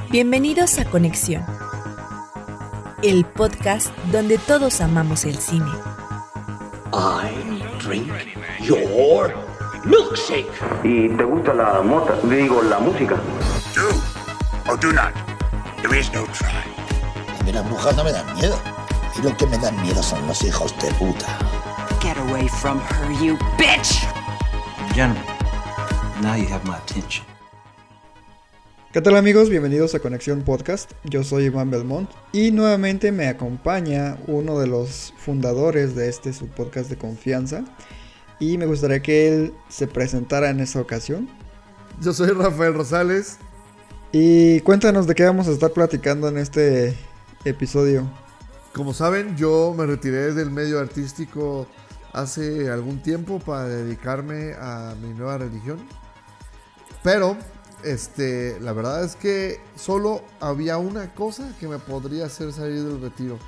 Bienvenidos a Conexión, el podcast donde todos amamos el cine. I drink your milkshake. ¿Y te gusta la la música? Do or do not. There is no try. A mí las brujas no me dan miedo. Y lo que me dan miedo son los hijos de puta. Get away from her, you bitch! Gentlemen, now you have my attention. ¿Qué tal, amigos? Bienvenidos a Conexión Podcast. Yo soy Iván Belmont y nuevamente me acompaña uno de los fundadores de su podcast de confianza, y me gustaría que él se presentara en esta ocasión. Yo soy Rafael Rosales. Y cuéntanos de qué vamos a estar platicando en este episodio. Como saben, yo me retiré del medio artístico hace algún tiempo para dedicarme a mi nueva religión. Pero la verdad es que solo había una cosa que me podría hacer salir del retiro.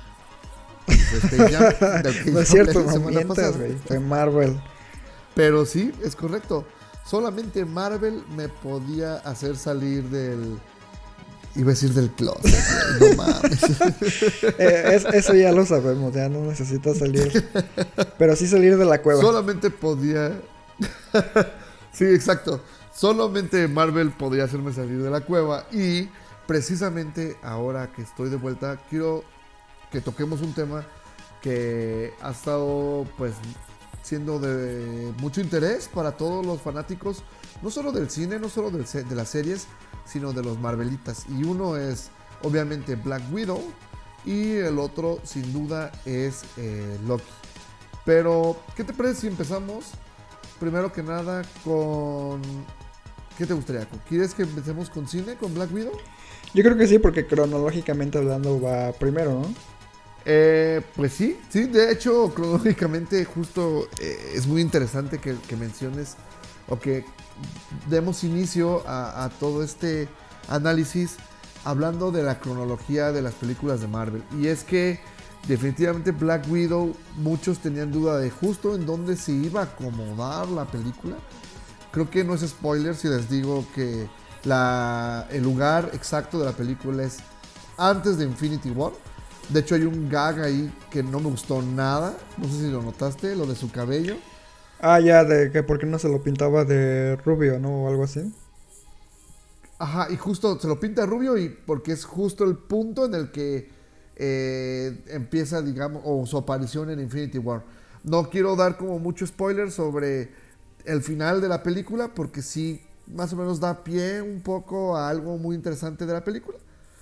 No es cierto, no mientas, güey. Fue Marvel. Pero sí, es correcto. Solamente Marvel me podía hacer salir del... Iba a decir del closet. No mames. Eso ya lo sabemos, ya no necesitas salir. Pero sí salir de la cueva. Solamente podía... Sí, exacto. Solamente Marvel podría hacerme salir de la cueva. Y precisamente ahora que estoy de vuelta, quiero que toquemos un tema que ha estado pues siendo de mucho interés para todos los fanáticos, no solo del cine, no solo de las series, sino de los Marvelitas. Y uno es obviamente Black Widow y el otro sin duda es Loki. Pero, ¿qué te parece si empezamos primero que nada con... ¿Qué te gustaría? ¿Quieres que empecemos con cine, con Black Widow? Yo creo que sí, porque cronológicamente hablando va primero, ¿no? Pues sí, de hecho cronológicamente justo es muy interesante que menciones o que demos inicio a todo este análisis hablando de la cronología de las películas de Marvel. Y es que definitivamente Black Widow, muchos tenían duda de justo en dónde se iba a acomodar la película. Creo que no es spoiler si les digo que el lugar exacto de la película es antes de Infinity War. De hecho hay un gag ahí que no me gustó nada. No sé si lo notaste, lo de su cabello. Ah, ya, de que por qué no se lo pintaba de rubio, ¿no? O algo así. Ajá, y justo se lo pinta rubio y porque es justo el punto en el que empieza, digamos, o su aparición en Infinity War. No quiero dar como mucho spoiler sobre el final de la película, porque sí, más o menos da pie un poco a algo muy interesante de la película.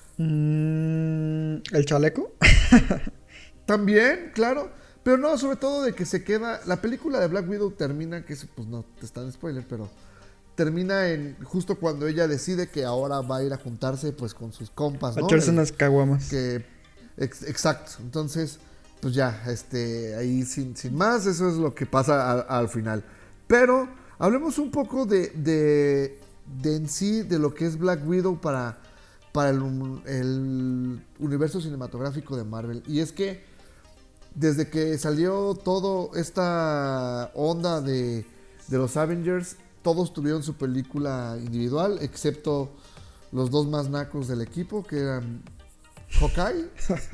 ¿El chaleco? También, claro. Pero no, sobre todo de que se queda... La película de Black Widow termina, que eso pues no te está en spoiler, pero termina en justo cuando ella decide que ahora va a ir a juntarse pues con sus compas, ¿no? A echarse unas caguamas. Exacto. Entonces, pues ya, ahí sin más, eso es lo que pasa al final. Pero hablemos un poco de en sí, de lo que es Black Widow para el universo cinematográfico de Marvel. Y es que desde que salió toda esta onda de los Avengers, todos tuvieron su película individual, excepto los dos más nacos del equipo, que eran Hawkeye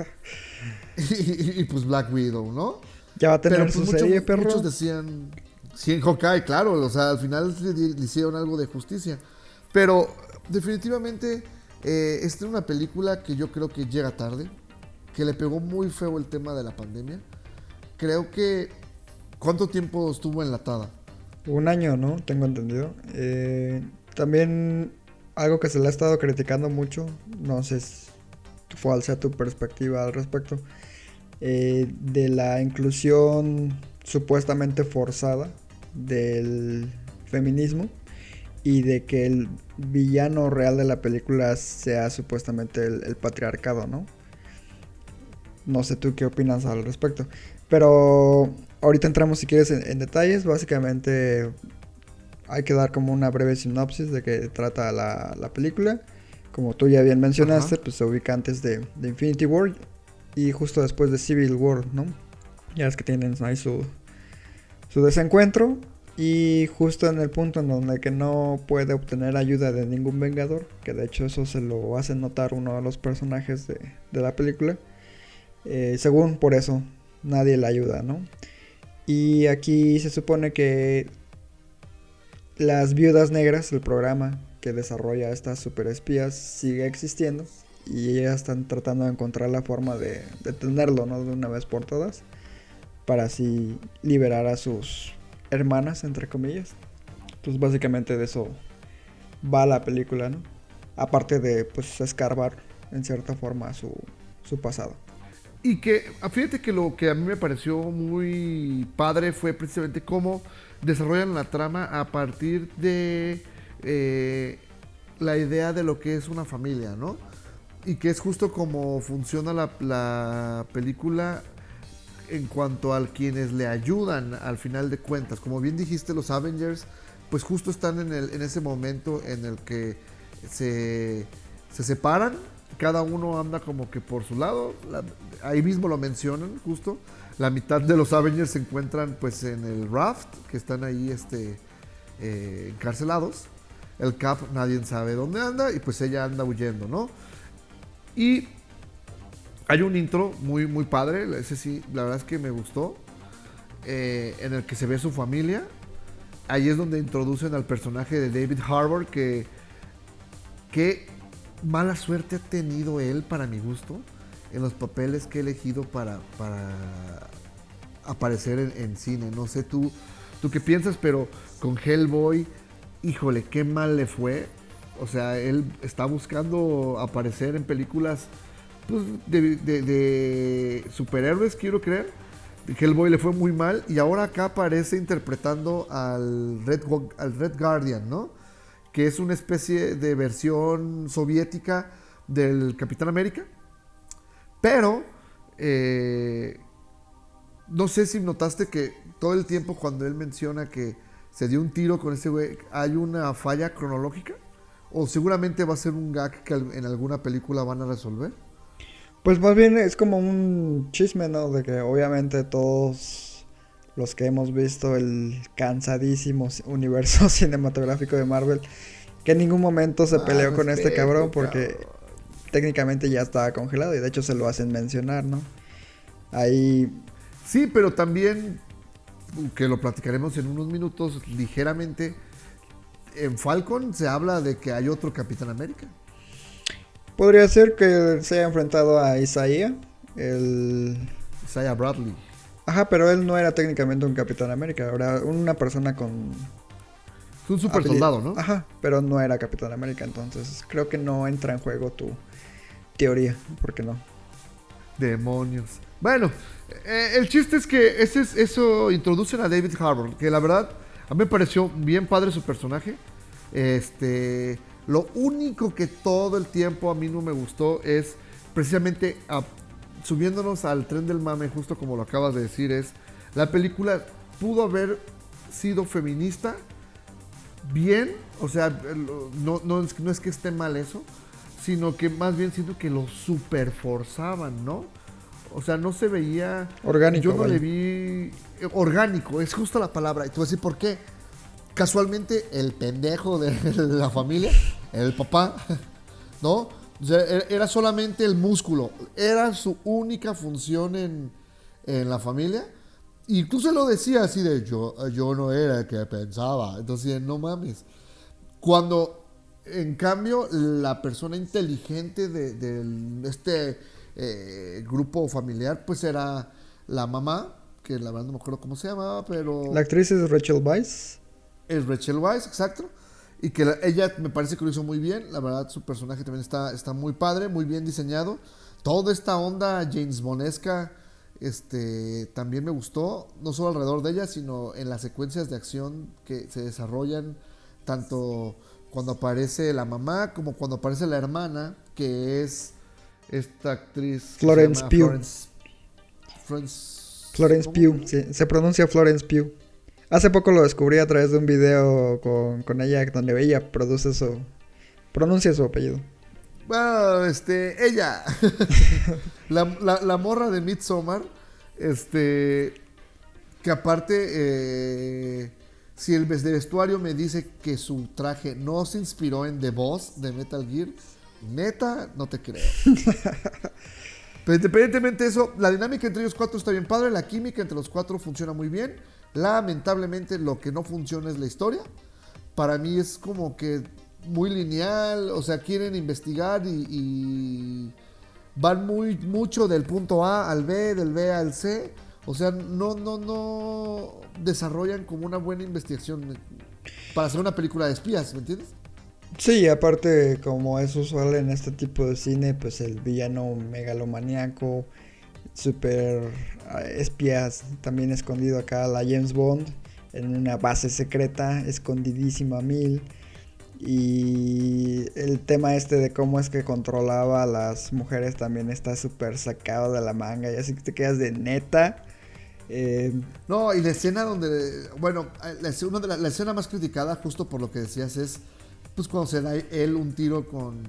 y pues Black Widow, ¿no? Ya va a tener pues, su serie, perro. Muchos decían... Sí, en Hawkeye, claro, o sea, al final le hicieron algo de justicia. Pero definitivamente esta es una película que yo creo que llega tarde, que le pegó muy feo el tema de la pandemia. Creo que... ¿Cuánto tiempo estuvo enlatada? 1 año, ¿no? Tengo entendido. También algo que se le ha estado criticando mucho, no sé cuál sea tu perspectiva al respecto, de la inclusión supuestamente forzada del feminismo y de que el villano real de la película sea supuestamente el patriarcado, ¿no? No sé tú qué opinas al respecto, pero ahorita entramos si quieres en detalles. Básicamente hay que dar como una breve sinopsis de qué trata la película. Como tú ya bien mencionaste, pues se ubica antes de Infinity War y justo después de Civil War, ¿no? Ya es que tienen ahí su desencuentro Y justo en el punto en donde que no puede obtener ayuda de ningún vengador, que de hecho eso se lo hace notar uno de los personajes de la película, según por eso nadie le ayuda, ¿no? Y aquí se supone que las Viudas Negras, el programa que desarrolla estas superespías, sigue existiendo y ellas están tratando de encontrar la forma de detenerlo, ¿no? De una vez por todas, para así liberar a sus hermanas, entre comillas. Pues básicamente de eso va la película, ¿no? Aparte de pues escarbar en cierta forma su pasado. Y que, fíjate que lo que a mí me pareció muy padre fue precisamente cómo desarrollan la trama a partir de la idea de lo que es una familia, ¿no? Y que es justo como funciona la película en cuanto a quienes le ayudan al final de cuentas. Como bien dijiste, los Avengers pues justo están en ese momento en el que se separan, cada uno anda como que por su lado, ahí mismo lo mencionan justo, la mitad de los Avengers se encuentran pues en el raft, que están ahí encarcelados, el Cap nadie sabe dónde anda y pues ella anda huyendo, ¿no? Y hay un intro muy, muy padre, ese sí, la verdad es que me gustó, en el que se ve su familia. Ahí es donde introducen al personaje de David Harbour, que mala suerte ha tenido él, para mi gusto, en los papeles que he elegido para aparecer en cine. No sé tú qué piensas, pero con Hellboy, híjole, qué mal le fue. O sea, él está buscando aparecer en películas pues, de superhéroes, quiero creer. Hellboy le fue muy mal y ahora acá aparece interpretando al Red Guardian, ¿no? Que es una especie de versión soviética del Capitán América. Pero no sé si notaste que todo el tiempo cuando él menciona que se dio un tiro con ese güey, hay una falla cronológica. O seguramente va a ser un gag que en alguna película van a resolver. Pues más bien es como un chisme, ¿no? De que obviamente todos los que hemos visto el cansadísimo universo cinematográfico de Marvel, que en ningún momento se peleó con este cabrón porque técnicamente ya estaba congelado y de hecho se lo hacen mencionar, ¿no? Ahí... Sí, pero también, que lo platicaremos en unos minutos ligeramente, en Falcon se habla de que hay otro Capitán América. Podría ser que se haya enfrentado a Isaiah Bradley. Ajá, pero él no era técnicamente un Capitán América, era una persona con... Es un super soldado, ¿no? Ajá, pero no era Capitán América, entonces creo que no entra en juego tu teoría, ¿por qué no? Demonios. Bueno, el chiste es que eso introducen a David Harbour, que la verdad a mí me pareció bien padre su personaje. Lo único que todo el tiempo a mí no me gustó es precisamente subiéndonos al tren del mame, justo como lo acabas de decir, es la película pudo haber sido feminista bien, o sea, no es que esté mal eso, sino que más bien siento que lo super forzaban, ¿no? O sea, no se veía... Orgánico. Yo no le vi... Orgánico, es justo la palabra. Y te voy a decir por qué. Casualmente, el pendejo de la familia, el papá, ¿no? O sea, era solamente el músculo. Era su única función en la familia. Incluso lo decía así de, yo no era el que pensaba. Entonces, no mames. Cuando, en cambio, la persona inteligente de grupo familiar, pues era la mamá, que la verdad no me acuerdo cómo se llamaba, pero... La actriz es Rachel Weisz. Es Rachel Weisz, exacto. Y que ella me parece que lo hizo muy bien. La verdad, su personaje también está muy padre, muy bien diseñado. Toda esta onda James Bondesca también me gustó. No solo alrededor de ella, sino en las secuencias de acción que se desarrollan, tanto cuando aparece la mamá como cuando aparece la hermana, que es esta actriz... Florence Pugh. Florence ¿cómo? Pugh, sí, se pronuncia Florence Pugh. Hace poco lo descubrí a través de un video con ella donde ella pronuncia su apellido. Bueno, ella, la morra de Midsommar, que aparte Si el de vestuario me dice que su traje no se inspiró en The Boss de Metal Gear, neta, no te creo. Pero independientemente de eso, la dinámica entre ellos 4 está bien padre, la química entre los 4 funciona muy bien. Lamentablemente lo que no funciona es la historia. Para mí es como que muy lineal, o sea, quieren investigar y van mucho del punto A al B, del B al C. O sea, no desarrollan como una buena investigación para hacer una película de espías, ¿me entiendes? Sí, aparte, como es usual en este tipo de cine, pues el villano megalomaníaco, super espías, también escondido acá, la James Bond, en una base secreta, escondidísima a mil. Y el tema de cómo es que controlaba a las mujeres también está súper sacado de la manga, y así que te quedas de neta. No, y la escena donde, bueno, la escena más criticada, justo por lo que decías, es pues cuando se da él un tiro con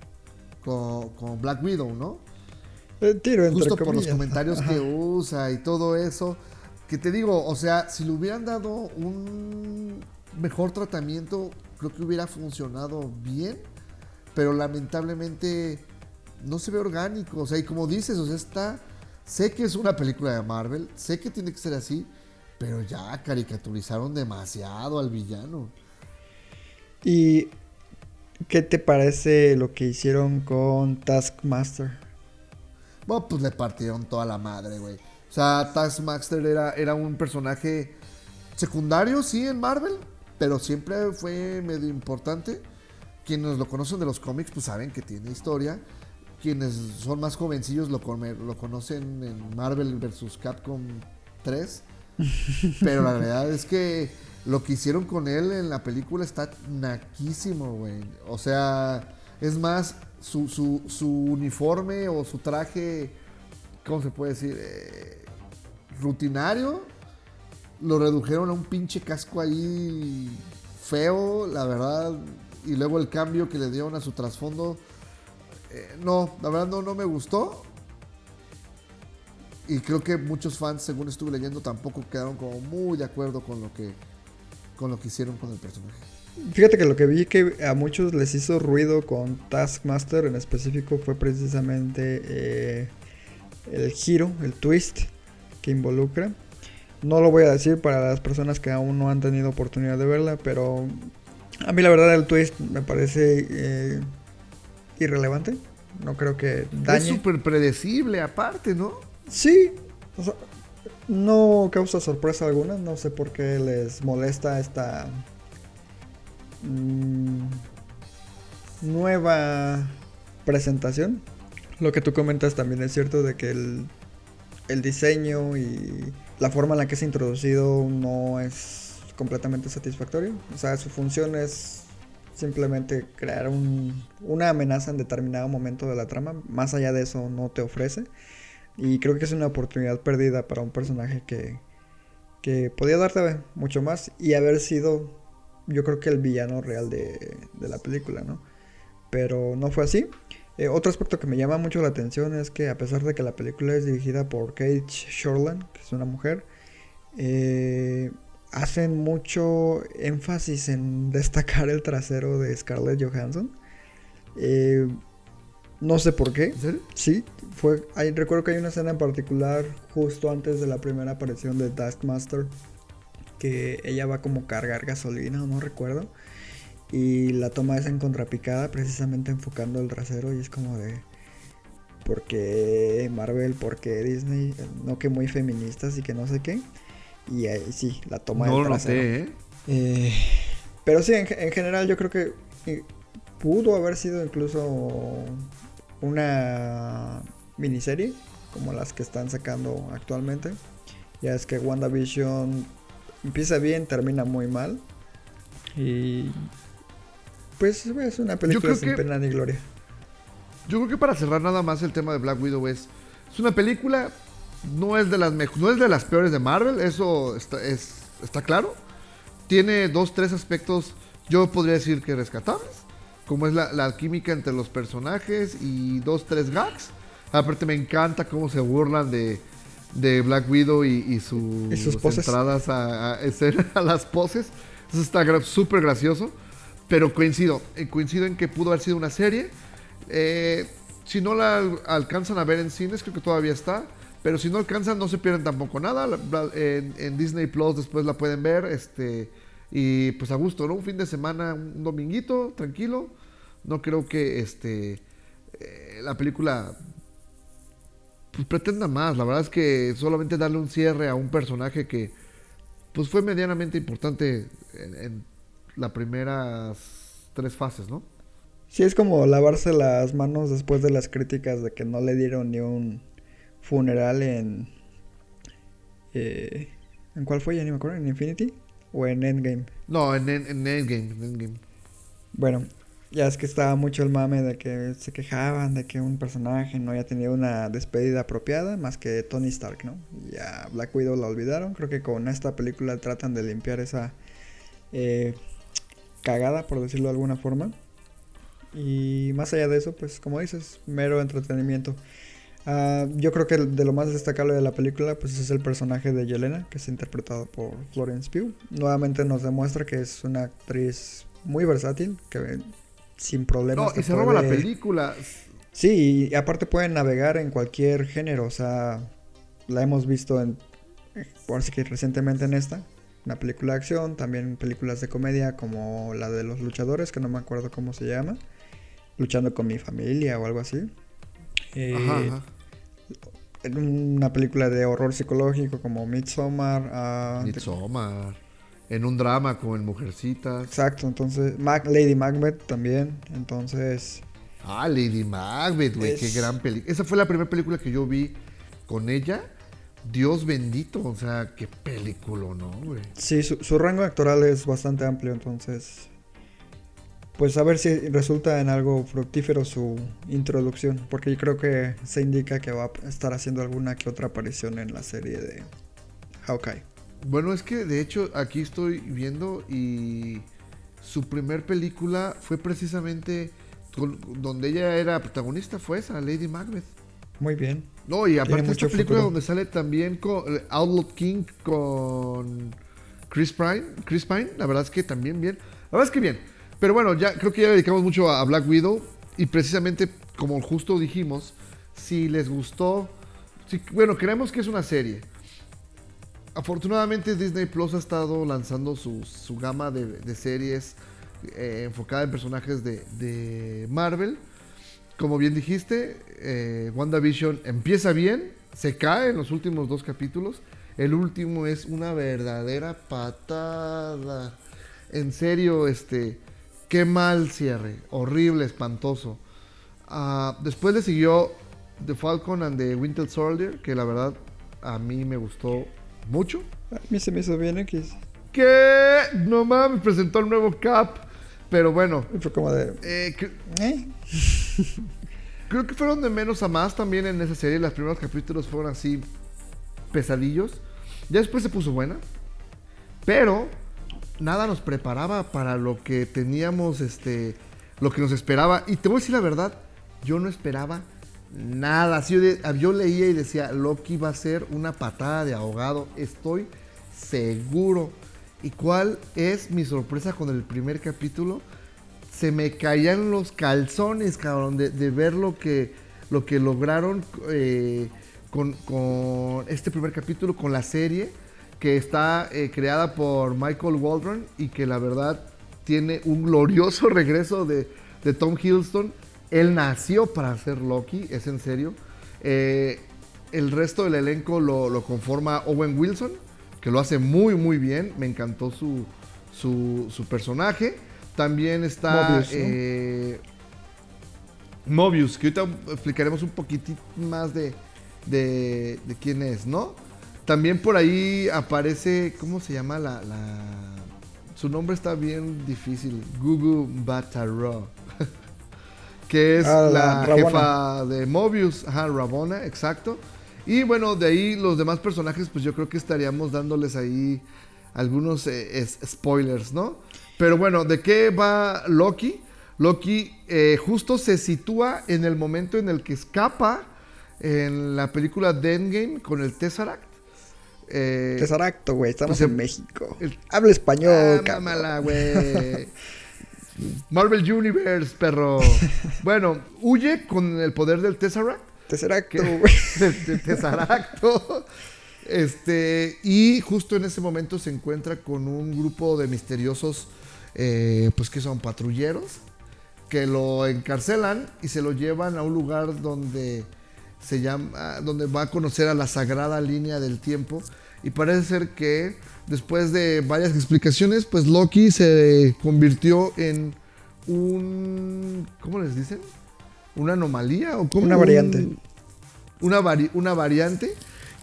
Black Widow, ¿no? El tiro entre justo comillas. Por los comentarios que usa y todo eso, que te digo, o sea, si le hubieran dado un mejor tratamiento, creo que hubiera funcionado bien, pero lamentablemente no se ve orgánico, o sea, y como dices, o sea, sé que es una película de Marvel, sé que tiene que ser así, pero ya caricaturizaron demasiado al villano. ¿Y qué te parece lo que hicieron con Taskmaster? Bueno, pues le partieron toda la madre, güey. O sea, Taskmaster era un personaje secundario, sí, en Marvel, pero siempre fue medio importante. Quienes lo conocen de los cómics, pues saben que tiene historia. Quienes son más jovencillos lo conocen en Marvel vs. Capcom 3. Pero la verdad es que lo que hicieron con él en la película está naquísimo, güey. O sea, es más, su uniforme o su traje, ¿cómo se puede decir? Rutinario. Lo redujeron a un pinche casco ahí feo, la verdad. Y luego el cambio que le dieron a su trasfondo. No, la verdad no me gustó. Y creo que muchos fans, según estuve leyendo, tampoco quedaron como muy de acuerdo con lo que hicieron con el personaje. Fíjate que lo que vi que a muchos les hizo ruido con Taskmaster en específico fue precisamente el giro, el twist que involucra. No lo voy a decir para las personas que aún no han tenido oportunidad de verla, pero a mí la verdad el twist me parece irrelevante. No creo que dañe. Es súper predecible aparte, ¿no? Sí, o sea, no causa sorpresa alguna. No sé por qué les molesta esta nueva presentación. Lo que tú comentas también es cierto de que el diseño y la forma en la que es introducido no es completamente satisfactorio. O sea, su función es simplemente crear una amenaza en determinado momento de la trama. Más allá de eso no te ofrece. Y creo que es una oportunidad perdida para un personaje que podía darte mucho más y haber sido, yo creo que el villano real de la película, ¿no? Pero no fue así. Otro aspecto que me llama mucho la atención es que a pesar de que la película es dirigida por Kate Shortland, que es una mujer, hacen mucho énfasis en destacar el trasero de Scarlett Johansson. No sé por qué. ¿En serio? Sí, recuerdo que hay una escena en particular justo antes de la primera aparición de Taskmaster, que ella va como a cargar gasolina, no recuerdo, y la toma es en contrapicada, precisamente enfocando el trasero, y es como de ¿por qué Marvel? ¿Por qué Disney? No, que muy feministas y que no sé qué. Y ahí sí, la toma del trasero. Pero sí, en general yo creo que pudo haber sido incluso una miniserie como las que están sacando actualmente. Ya es que WandaVision empieza bien, termina muy mal. Y pues es una película sin pena ni gloria. Yo creo que para cerrar nada más el tema de Black Widow es una película, no es de las peores de Marvel, eso está claro. Tiene 2-3 aspectos, yo podría decir que rescatables, como es la química entre los personajes y 2-3 gags. Aparte me encanta cómo se burlan de de Black Widow y sus poses. entradas a escena, a las poses. Eso está súper gracioso. Pero coincido en que pudo haber sido una serie. Si no la alcanzan a ver en cines, creo que todavía está. Pero si no alcanzan, no se pierden tampoco nada. En Disney Plus después la pueden ver. Y pues a gusto, ¿no? Un fin de semana, un dominguito, tranquilo. No creo que la película pues pretenda más. La verdad es que solamente darle un cierre a un personaje que pues fue medianamente importante en las primeras 3 fases, ¿no? Sí, es como lavarse las manos después de las críticas de que no le dieron ni un funeral ¿en cuál fue? Ya ni me acuerdo, ¿en Infinity? ¿O en Endgame? No, en Endgame. Bueno, ya es que estaba mucho el mame de que se quejaban de que un personaje no haya tenido una despedida apropiada más que Tony Stark, ¿no? Y a Black Widow la olvidaron. Creo que con esta película tratan de limpiar esa cagada, por decirlo de alguna forma. Y más allá de eso, pues como dices, mero entretenimiento. Yo creo que de lo más destacable de la película pues es el personaje de Yelena, que es interpretado por Florence Pugh. Nuevamente nos demuestra que es una actriz muy versátil, que sin problemas no, y se roba la película. Sí, y aparte puede navegar en cualquier género. O sea, la hemos visto por así que recientemente en una película de acción, también películas de comedia como la de los luchadores, que no me acuerdo cómo se llama, Luchando con mi familia o algo así. Ajá. En una película de horror psicológico como Midsommar. En un drama como en Mujercitas. Exacto, entonces Lady Macbeth también. Entonces Lady Macbeth, güey, qué gran película. Esa fue la primera película que yo vi con ella. Dios bendito, o sea, qué película, ¿no, güey? Sí, su rango actoral es bastante amplio, entonces pues a ver si resulta en algo fructífero su introducción, porque yo creo que se indica que va a estar haciendo alguna que otra aparición en la serie de Hawkeye. Bueno, es que de hecho aquí estoy viendo y su primer película fue precisamente donde ella era protagonista, fue esa, Lady Macbeth. Muy bien. No, y aparte esta película futuro, donde sale también con Outlaw King con Chris Pine, la verdad es que también bien. La verdad es que bien. Pero bueno, ya creo que ya le dedicamos mucho a Black Widow. Y precisamente, como justo dijimos, si les gustó... bueno, creemos que es una serie. Afortunadamente Disney Plus ha estado lanzando su gama de series enfocada en personajes de Marvel. Como bien dijiste, WandaVision empieza bien, se cae en los últimos 2 capítulos. El último es una verdadera patada. En serio, qué mal cierre, horrible, espantoso. Después le siguió The Falcon and the Winter Soldier, que la verdad a mí me gustó mucho. A mí se me hizo bien X. ¿Qué? No mames, presentó el nuevo Cap. Pero bueno. Fue como de... Creo que fueron de menos a más también en esa serie. Los primeros capítulos fueron así pesadillos. Ya después se puso buena. Pero nada nos preparaba para lo que teníamos, lo que nos esperaba. Y te voy a decir la verdad, yo no esperaba nada. Así yo leía y decía, Loki va a ser una patada de ahogado. Estoy seguro. ¿Y cuál es mi sorpresa con el primer capítulo? Se me caían los calzones, cabrón, de ver lo que lograron con este primer capítulo, con la serie, que está creada por Michael Waldron y que la verdad tiene un glorioso regreso de Tom Hiddleston. Él nació para ser Loki, es en serio. El resto del elenco lo conforma Owen Wilson, que lo hace muy muy bien. Me encantó su personaje. También está Mobius, que ahorita explicaremos un poquitito más de quién es, ¿no? También por ahí aparece, ¿cómo se llama su nombre está bien difícil, Gugu Bataro, que es la jefa de Mobius, Ravonna, exacto. Y bueno, de ahí los demás personajes, pues yo creo que estaríamos dándoles ahí algunos spoilers, ¿no? Pero bueno, ¿de qué va Loki? Loki justo se sitúa en el momento en el que escapa en la película The Endgame con el Tesseract. Tesseracto, güey, estamos pues, en México. Habla español, cabrón. Mámala, güey. Marvel Universe, perro. Bueno, huye con el poder del Tesseract. Tesseracto, güey. Del Tesseracto. Y justo en ese momento se encuentra con un grupo de misteriosos, pues que son patrulleros, que lo encarcelan y se lo llevan a un lugar donde donde va a conocer a la sagrada línea del tiempo. Y parece ser que después de varias explicaciones, pues Loki se convirtió en ¿cómo les dicen? ¿Una anomalía? ¿O cómo? Una variante. Una variante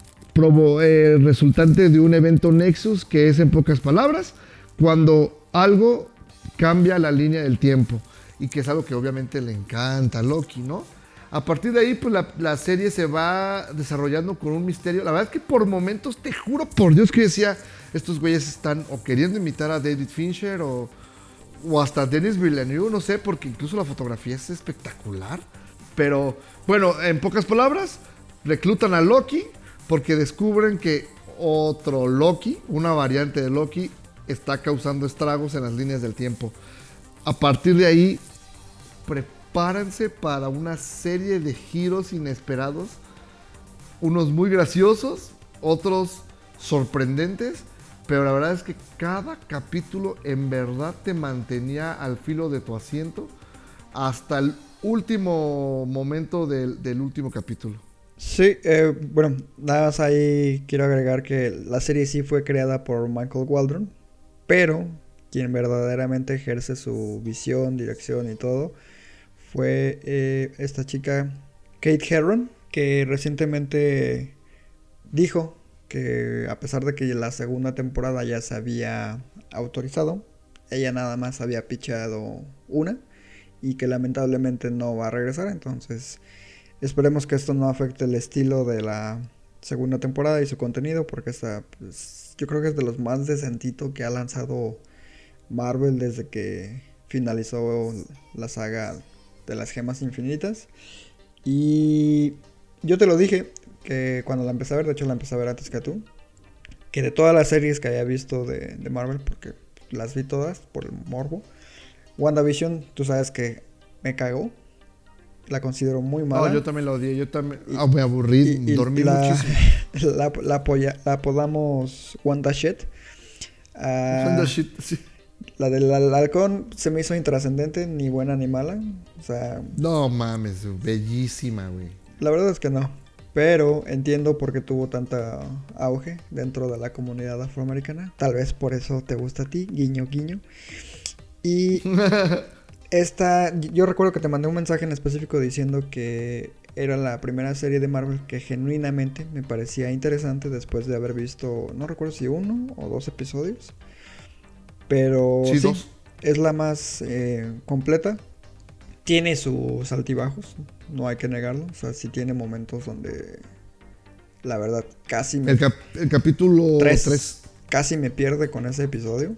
resultante de un evento Nexus, que es, en pocas palabras, cuando algo cambia la línea del tiempo, y que es algo que obviamente le encanta a Loki, ¿no? A partir de ahí, pues la serie se va desarrollando con un misterio. La verdad es que por momentos, te juro por Dios que yo decía, estos güeyes están o queriendo imitar a David Fincher o hasta Denis Villeneuve, no sé, porque incluso la fotografía es espectacular. Pero, bueno, en pocas palabras, reclutan a Loki porque descubren que otro Loki, una variante de Loki, está causando estragos en las líneas del tiempo. A partir de ahí, prepárense para una serie de giros inesperados, unos muy graciosos, otros sorprendentes, pero la verdad es que cada capítulo en verdad te mantenía al filo de tu asiento hasta el último momento del último capítulo. Sí, bueno, nada más ahí quiero agregar que la serie sí fue creada por Michael Waldron, pero quien verdaderamente ejerce su visión, dirección y todo fue esta chica Kate Herron, que recientemente dijo que a pesar de que la segunda temporada ya se había autorizado, ella nada más había picheado una y que lamentablemente no va a regresar. Entonces esperemos que esto no afecte el estilo de la segunda temporada y su contenido, porque esta, pues, yo creo que es de los más decentito que ha lanzado Marvel desde que finalizó la saga de las gemas infinitas. Y yo te lo dije que cuando la empecé a ver, de hecho la empecé a ver antes que tú, que de todas las series que había visto de Marvel, porque las vi todas por el morbo, WandaVision, tú sabes que me cagó. La considero muy mala. No, yo también la odié, yo también me aburrí, dormí muchísimo. La apodamos WandaShit. WandaShit, sí. La del halcón se me hizo intrascendente, ni buena ni mala. O sea, no mames, bellísima, güey. La verdad es que no. Pero entiendo por qué tuvo tanta auge dentro de la comunidad afroamericana. Tal vez por eso te gusta a ti, guiño, guiño. Y yo recuerdo que te mandé un mensaje en específico diciendo que era la primera serie de Marvel que genuinamente me parecía interesante después de haber visto, no recuerdo si 1 o 2 episodios. Pero sí, 2. Es la más completa. Tiene sus altibajos, no hay que negarlo. O sea, sí tiene momentos donde la verdad casi me... El capítulo 3 casi me pierde con ese episodio.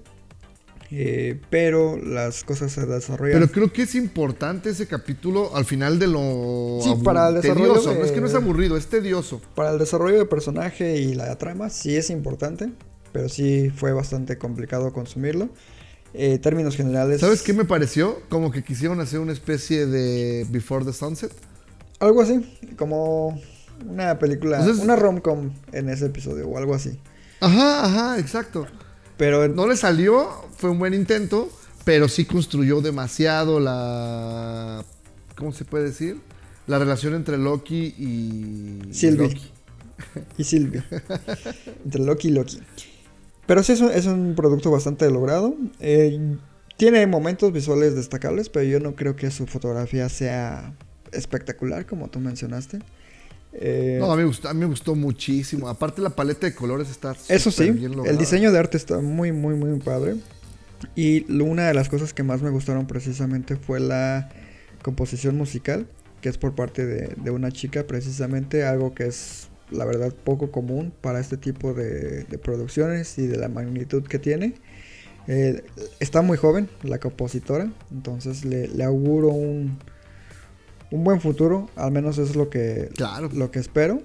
Pero las cosas se desarrollan. Pero creo que es importante ese capítulo al final de lo... Sí, para el desarrollo tedioso. No es que no es aburrido, es tedioso. Para el desarrollo de personaje y la trama sí es importante, pero sí fue bastante complicado consumirlo. Términos generales... ¿Sabes qué me pareció? Como que quisieron hacer una especie de Before the Sunset. Algo así, como una película, una rom-com en ese episodio o algo así. Ajá, exacto. Pero no le salió, fue un buen intento, pero sí construyó demasiado ¿cómo se puede decir? La relación entre Loki y Sylvie. Loki. Y Sylvie. Entre Loki y Loki. Pero sí es un producto bastante logrado. Tiene momentos visuales destacables, pero yo no creo que su fotografía sea espectacular, como tú mencionaste. No, a mí me gustó muchísimo. Aparte la paleta de colores está eso sí, bien lograda. El diseño de arte está muy, muy, muy padre. Y una de las cosas que más me gustaron precisamente fue la composición musical, que es por parte de una chica precisamente, algo que es la verdad poco común para este tipo de producciones y de la magnitud que tiene. Está muy joven la compositora, entonces le auguro un buen futuro, al menos es lo que, Claro. lo que espero.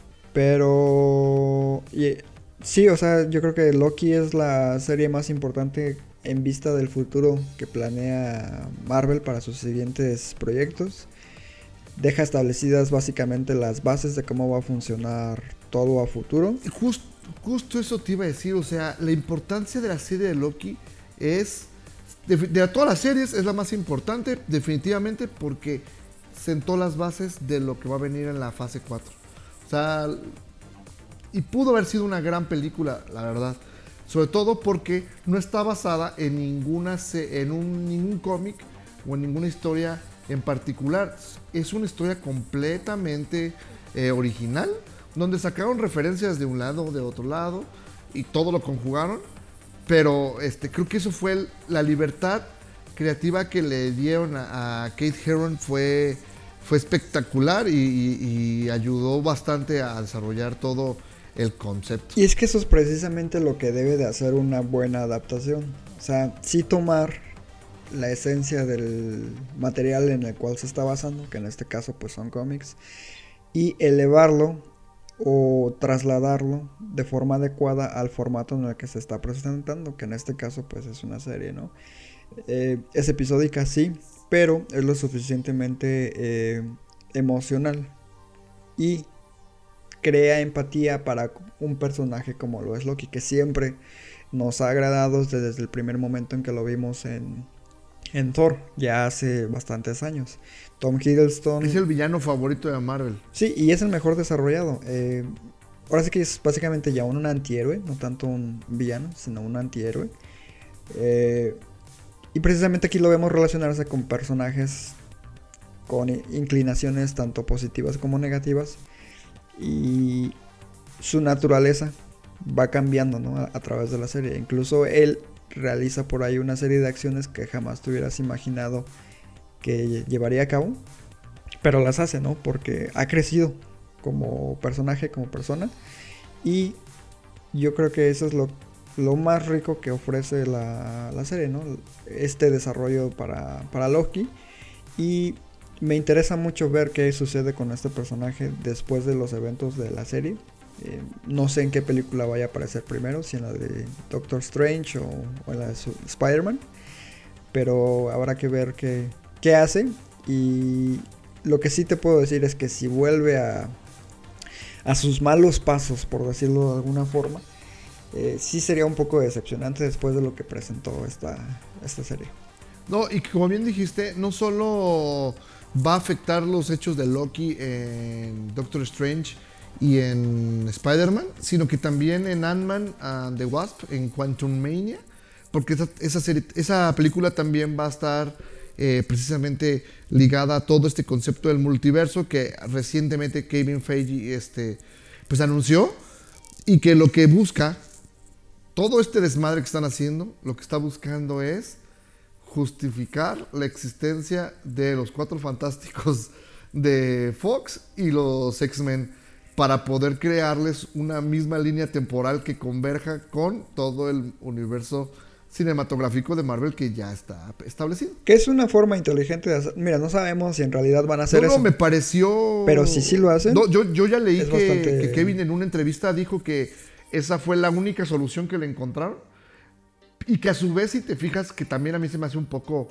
Pero sí, o sea, yo creo que Loki es la serie más importante en vista del futuro que planea Marvel para sus siguientes proyectos. Deja establecidas básicamente las bases de cómo va a funcionar todo a futuro. Justo eso te iba a decir, o sea, la importancia de la serie de Loki es, de todas las series, es la más importante, definitivamente, porque sentó las bases de lo que va a venir en la fase 4. O sea, y pudo haber sido una gran película, la verdad. Sobre todo porque no está basada en ningún cómic o en ninguna historia en particular. Es una historia completamente original, donde sacaron referencias de un lado, de otro lado, y todo lo conjugaron. Pero creo que eso fue la libertad creativa que le dieron a Kate Herron fue espectacular y ayudó bastante a desarrollar todo el concepto. Y es que eso es precisamente lo que debe de hacer una buena adaptación. O sea, sí tomar la esencia del material en el cual se está basando, que en este caso pues son cómics, y elevarlo o trasladarlo de forma adecuada al formato en el que se está presentando, que en este caso pues es una serie, ¿no? Es episódica, sí, pero es lo suficientemente emocional y crea empatía para un personaje como lo es Loki, que siempre nos ha agradado desde el primer momento en que lo vimos en Thor, ya hace bastantes años. Tom Hiddleston es el villano favorito de Marvel. Sí, y es el mejor desarrollado. Ahora sí que es básicamente ya un antihéroe, no tanto un villano, sino un antihéroe. Y precisamente aquí lo vemos relacionarse con personajes con inclinaciones tanto positivas como negativas. Y su naturaleza va cambiando, ¿no? a través de la serie. Incluso él realiza por ahí una serie de acciones que jamás te hubieras imaginado que llevaría a cabo, pero las hace, ¿no? Porque ha crecido como personaje, como persona, y yo creo que eso es lo más rico que ofrece la serie, ¿no? Este desarrollo para Loki, y me interesa mucho ver qué sucede con este personaje después de los eventos de la serie. No sé en qué película vaya a aparecer primero, si en la de Doctor Strange o en la de Spider-Man, pero habrá que ver qué hace. Y lo que sí te puedo decir es que si vuelve a sus malos pasos, por decirlo de alguna forma, sí sería un poco decepcionante después de lo que presentó esta serie. No, y como bien dijiste, no solo va a afectar los hechos de Loki en Doctor Strange y en Spider-Man, sino que también en Ant-Man and the Wasp, en Quantumania, porque esa película también va a estar precisamente ligada a todo este concepto del multiverso que recientemente Kevin Feige pues anunció, y que lo que busca, todo este desmadre que están haciendo, lo que está buscando es justificar la existencia de los Cuatro Fantásticos de Fox y los X-Men, para poder crearles una misma línea temporal que converja con todo el universo cinematográfico de Marvel que ya está establecido. Que es una forma inteligente de hacer. Mira, no sabemos si en realidad van a hacer eso. No, me pareció... Pero si lo hacen... No, yo ya leí bastante... que Kevin en una entrevista dijo que esa fue la única solución que le encontraron. Y que a su vez, si te fijas, que también a mí se me hace un poco...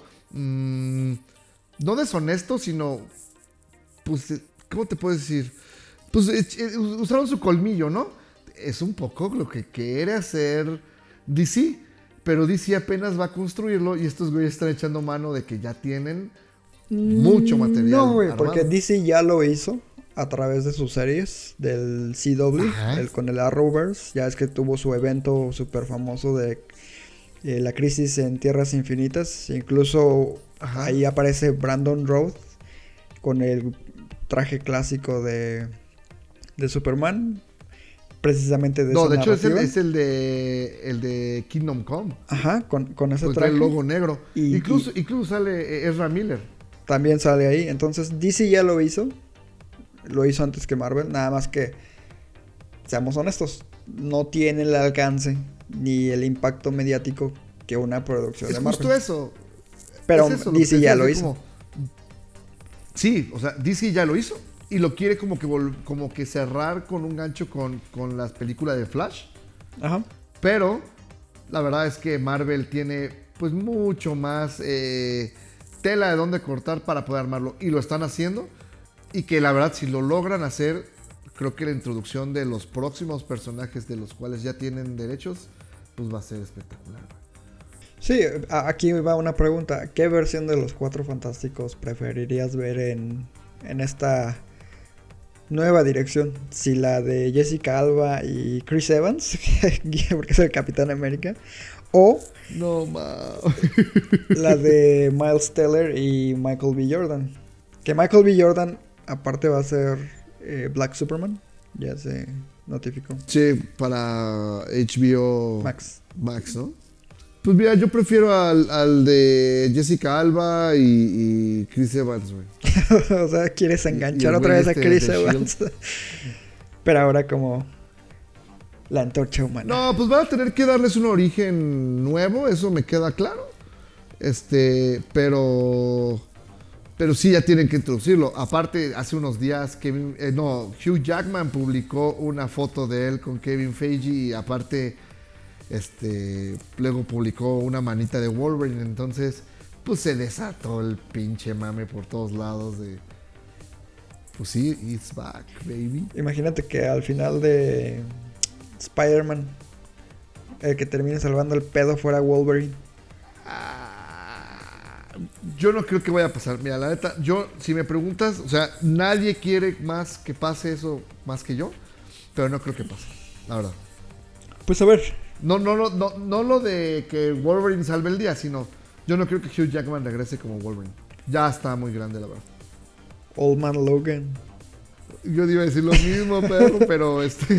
no deshonesto, sino... Pues, ¿cómo te puedo decir? Pues usaron su colmillo, ¿no? Es un poco lo que quiere hacer DC, pero DC apenas va a construirlo y estos güeyes están echando mano de que ya tienen mucho material. No, güey, armado. porque DC ya lo hizo a través de sus series del CW, con el Arrowverse. Ya es que tuvo su evento súper famoso de la crisis en Tierras Infinitas. Incluso ahí aparece Brandon Routh con el traje clásico de Superman, precisamente de esa hecho narrativa. es el de Kingdom Come. Ajá, con ese pues traje. el logo negro. Y, incluso sale Ezra Miller. También sale ahí. Entonces DC ya lo hizo. Lo hizo antes que Marvel. Nada más que, seamos honestos, no tiene el alcance ni el impacto mediático que una producción de Marvel. Es justo eso. Pero es eso, DC ya lo hizo. Sí, o sea, DC ya lo hizo y lo quiere como que cerrar con un gancho con las películas de Flash. Ajá. Pero la verdad es que Marvel tiene pues mucho más tela de dónde cortar para poder armarlo. Y lo están haciendo. Y que la verdad, si lo logran hacer, creo que la introducción de los próximos personajes de los cuales ya tienen derechos, pues va a ser espectacular. Sí, aquí va una pregunta. ¿Qué versión de los Cuatro Fantásticos preferirías ver en esta nueva dirección? Si la de Jessica Alba y Chris Evans, porque es el Capitán América, o no mames, la de Miles Teller y Michael B. Jordan. Que Michael B. Jordan aparte va a ser Black Superman, ya se notificó. Sí, para HBO Max, ¿no? Pues mira, yo prefiero al de Jessica Alba y Chris Evans, güey. O sea, quieres enganchar otra vez a Chris Evans. Pero ahora como la antorcha humana. No, pues van a tener que darles un origen nuevo, eso me queda claro. Pero sí ya tienen que introducirlo. Aparte, hace unos días Hugh Jackman publicó una foto de él con Kevin Feige y aparte luego publicó una manita de Wolverine. Entonces, pues se desató el pinche mame por todos lados de... Pues sí, it's back, baby. Imagínate que al final de Spider-Man, el que termine salvando el pedo fuera Wolverine. Yo no creo que vaya a pasar. Mira, la neta, si me preguntas, o sea, nadie quiere más que pase eso más que yo, pero no creo que pase, la verdad. Pues a ver. No lo de que Wolverine salve el día, sino yo no creo que Hugh Jackman regrese como Wolverine. Ya está muy grande, la verdad. Old Man Logan. Yo iba a decir lo mismo, pero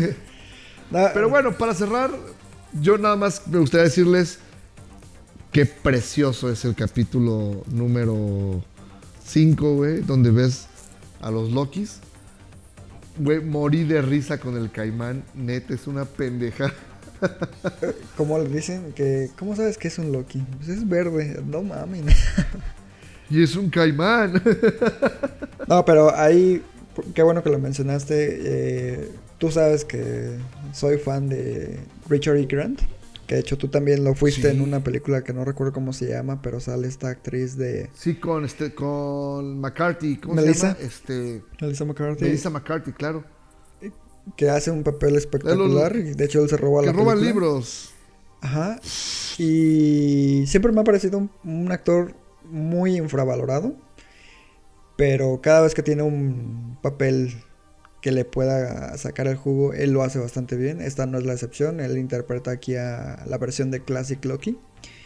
Pero bueno, para cerrar, yo nada más me gustaría decirles qué precioso es el capítulo número 5, güey, donde ves a los Lokis. Güey, morí de risa con el caimán, neta, es una pendeja. ¿Cómo le dicen? ¿Cómo sabes que es un Loki? Pues es verde, no mames. Y es un caimán. No, pero ahí, qué bueno que lo mencionaste. Tú sabes que soy fan de Richard E. Grant. Que de hecho tú también lo fuiste en una película que no recuerdo cómo se llama, pero sale esta actriz de... Sí, con McCarthy. ¿Cómo Melissa? se llama? Melissa McCarthy. Melissa McCarthy, claro. Que hace un papel espectacular. Y de hecho él se roba la película. Que roba libros. Ajá. Y siempre me ha parecido un actor muy infravalorado. Pero cada vez que tiene un papel que le pueda sacar el jugo, él lo hace bastante bien. Esta no es la excepción. Él interpreta aquí a la versión de Classic Loki.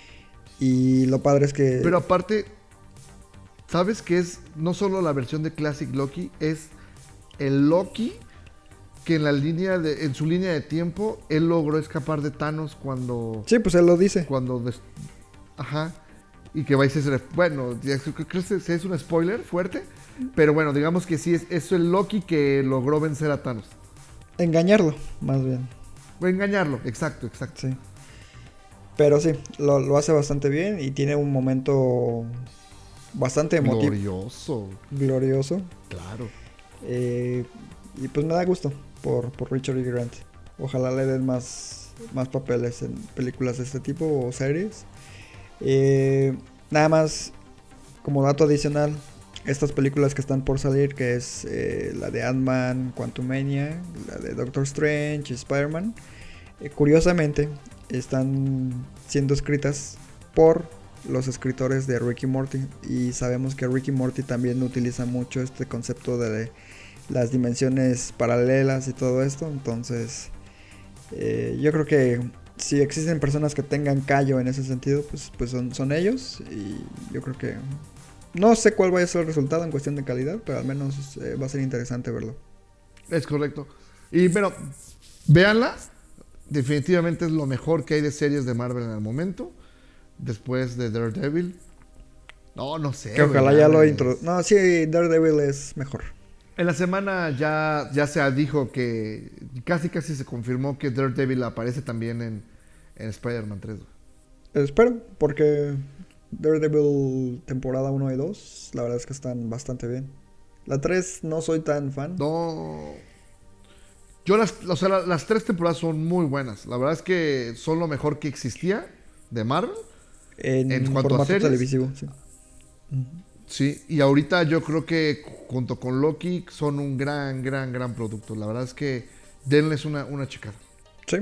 Y lo padre es que... Pero aparte, ¿sabes qué es? No solo la versión de Classic Loki, es el Loki que en su línea de tiempo, él logró escapar de Thanos cuando... Sí, pues él lo dice. Ajá. Y que vais a ser... Bueno, creo que es un spoiler fuerte. Pero bueno, digamos que sí, es el Loki que logró vencer a Thanos. Engañarlo, más bien. Engañarlo, exacto. Sí. Pero sí, lo hace bastante bien y tiene un momento bastante emotivo. Glorioso. Claro. Y pues me da gusto por Richard E. Grant. Ojalá le den más papeles en películas de este tipo o series. Nada más, como dato adicional, estas películas que están por salir, que es la de Ant-Man, Quantumania, la de Doctor Strange y Spider-Man, curiosamente están siendo escritas por los escritores de Rick y Morty. Y sabemos que Rick y Morty también utiliza mucho este concepto de las dimensiones paralelas y todo esto. Entonces yo creo que si existen personas que tengan callo en ese sentido, pues son ellos. Y yo creo que no sé cuál vaya a ser el resultado en cuestión de calidad, pero al menos va a ser interesante verlo. Es correcto. Y bueno, véanla. Definitivamente es lo mejor que hay de series de Marvel en el momento. Después de Daredevil. No sé. Que ojalá ya lo introduzca. No, sí, Daredevil es mejor. En la semana ya se dijo que casi se confirmó que Daredevil aparece también en Spider-Man 3. Espero, porque Daredevil temporada 1 y 2, la verdad es que están bastante bien. La 3 no soy tan fan. No. Yo las 3 temporadas son muy buenas. La verdad es que son lo mejor que existía de Marvel. En cuanto a formato series. televisivo, sí. Sí, y ahorita yo creo que junto con Loki son un gran producto. La verdad es que denles una checada. Sí.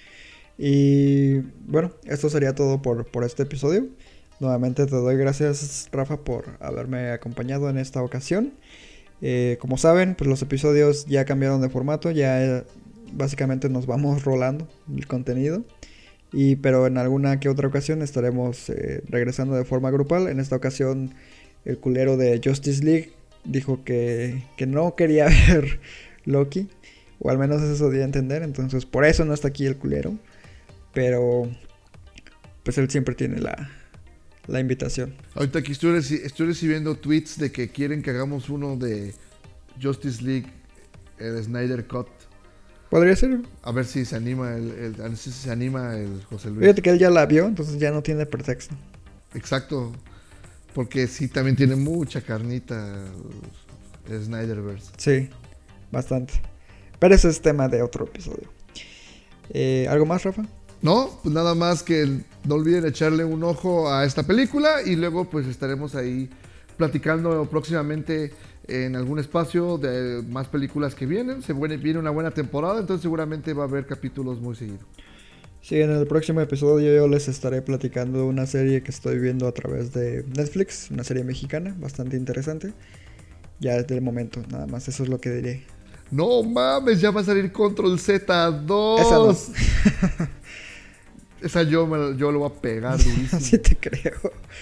Y bueno, esto sería todo por este episodio. Nuevamente te doy gracias, Rafa, por haberme acompañado en esta ocasión. Como saben, pues los episodios ya cambiaron de formato. Ya básicamente nos vamos rolando el contenido. Pero en alguna que otra ocasión estaremos regresando de forma grupal. En esta ocasión el culero de Justice League dijo que no quería ver Loki, o al menos eso dio a entender. Entonces por eso no está aquí el culero. Pero pues él siempre tiene la invitación. Ahorita aquí estoy recibiendo tweets de que quieren que hagamos uno de Justice League, el Snyder Cut. Podría ser. A ver si se anima a ver si se anima el José Luis. Fíjate que él ya la vio, entonces ya no tiene pretexto. Exacto. Porque sí, también tiene mucha carnita el Snyderverse. Sí, bastante. Pero ese es tema de otro episodio. ¿Algo más, Rafa? No, pues nada más que no olviden echarle un ojo a esta película y luego pues estaremos ahí platicando próximamente en algún espacio de más películas que vienen. Viene una buena temporada, entonces seguramente va a haber capítulos muy seguidos. Sí, en el próximo episodio yo les estaré platicando una serie que estoy viendo a través de Netflix, una serie mexicana bastante interesante. Ya desde el momento, nada más, eso es lo que diré. No mames, ya va a salir Control Z2. Esa no. Esa yo lo voy a pegar durísimo. Sí te creo.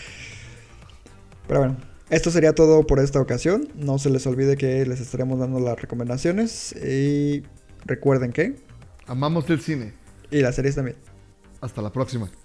Pero bueno, esto sería todo por esta ocasión. No se les olvide que les estaremos dando las recomendaciones. Y recuerden que amamos el cine. Y las series también. Hasta la próxima.